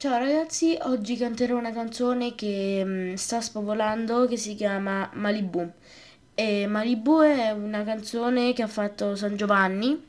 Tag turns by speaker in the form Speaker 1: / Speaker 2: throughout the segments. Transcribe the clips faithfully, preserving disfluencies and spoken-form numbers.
Speaker 1: Ciao ragazzi, oggi canterò una canzone che mm, sta spopolando che si chiama Malibu. E Malibu è una canzone che ha fatto San Giovanni,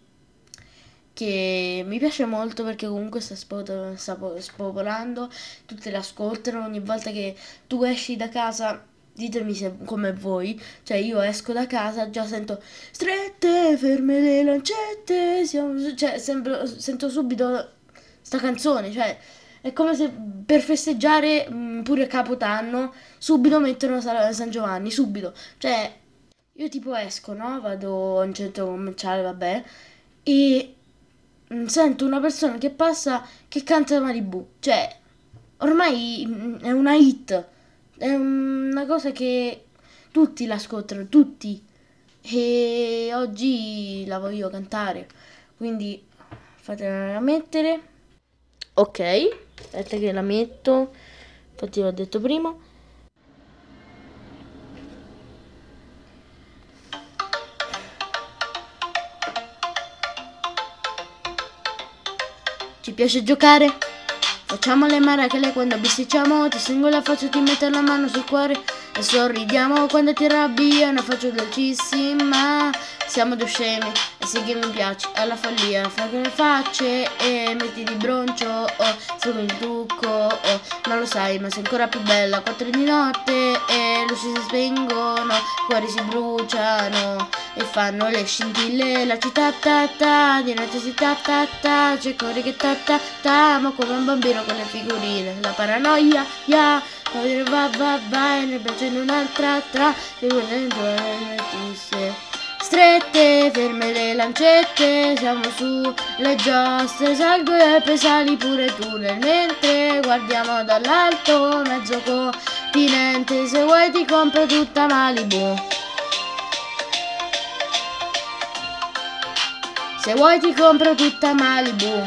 Speaker 1: che mi piace molto perché comunque sta, spoto- sta po- spopolando, tutte l'ascoltano ogni volta che tu esci da casa. Ditemi se come voi, cioè io esco da casa già sento strette, ferme le lancette, siamo, cioè sembro- sento subito sta canzone, cioè è come se per festeggiare mh, pure Capodanno subito mettono Sa- San Giovanni, subito, cioè io tipo esco, no? Vado in un centro commerciale, vabbè, e mm, sento una persona che passa che canta Malibu. Cioè, ormai mm, è una hit. È una cosa che tutti l'ascoltano, tutti. E oggi la voglio cantare. Quindi fatemela mettere. Ok, aspetta che la metto. Infatti l'ho detto prima. Ci piace giocare? Facciamo le marachelle quando bisticciamo, ti stringo la faccia, ti metto la mano sul cuore e sorridiamo quando ti arrabbi, è una faccia dolcissima. Siamo due scemi e sì che mi piace, alla follia, fai quelle facce e metti di broncio, oh, solo il trucco, oh, non lo sai ma sei ancora più bella, quattro di notte e luci si spengono, cuori si bruciano e fanno le scintille, la città ta ta, di notte si ta ta ta, c'è cuore che ta ta ta, ma come un bambino con le figurine, la paranoia, ya, yeah, va va va, e ne piace in un'altra tra, e volendo le notizie. Strette, ferme le lancette, siamo su le giostre, salgo e poi sali pure tu nel mentre guardiamo dall'alto, mezzo continente, se vuoi ti compro tutta Malibu. Se vuoi ti compro tutta Malibu.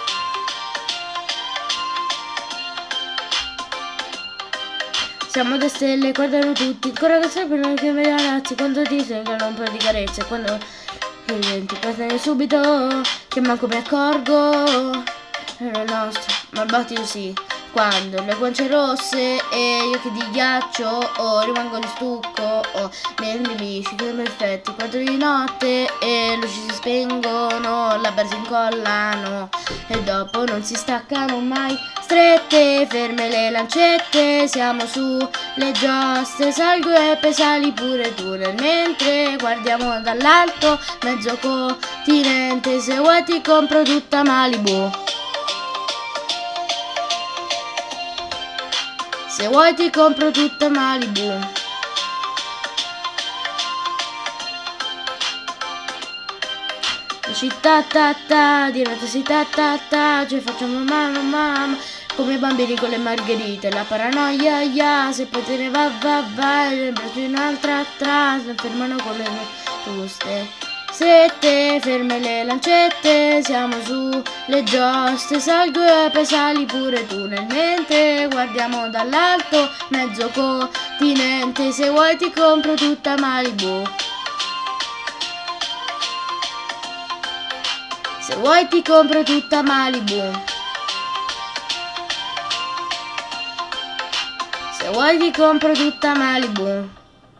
Speaker 1: Siamo due stelle, guardano tutti, ancora che sappiano che mi ragazzi, quando ti sentono un po' di carezze, quando ti guardano subito, che manco mi accorgo, è il nostro, ma il battito sì, quando le guance rosse e gli occhi di ghiaccio, oh, rimango di stucco, oh, miei nemici che mi effetti, quattro di notte e le luci si spengono, la barra si incollano e dopo non si staccano mai. Strette, ferme le lancette, siamo su le giostre, salgo e poi sali pure tu nel mentre guardiamo dall'alto, mezzo continente, se vuoi ti compro tutta Malibu. Se vuoi ti compro tutta Malibu. La città ta ta, di notte si ta ta ta, ci facciamo mamma mamma, come i bambini con le margherite, la paranoia, ya, se poi te ne va va va, e ne un'altra tra, si fermano con le buste. Sette, ferme le lancette, siamo su le giostre, salgo e poi sali pure tu nel mentre guardiamo dall'alto, mezzo continente, se vuoi ti compro tutta Malibu. Se vuoi ti compro tutta Malibu. Se vuoi ti compro tutta Malibu.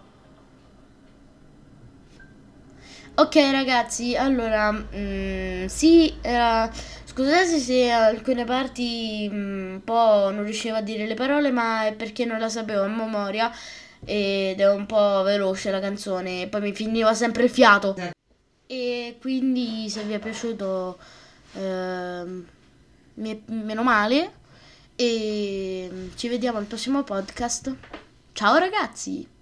Speaker 1: Ok ragazzi, allora, mm, sì, era... scusate se alcune parti mm, un po' non riuscivo a dire le parole, ma è perché non la sapevo a memoria ed è un po' veloce la canzone, poi mi finiva sempre il fiato. E quindi se vi è piaciuto, ehm, mi è- meno male, e ci vediamo al prossimo podcast. Ciao ragazzi!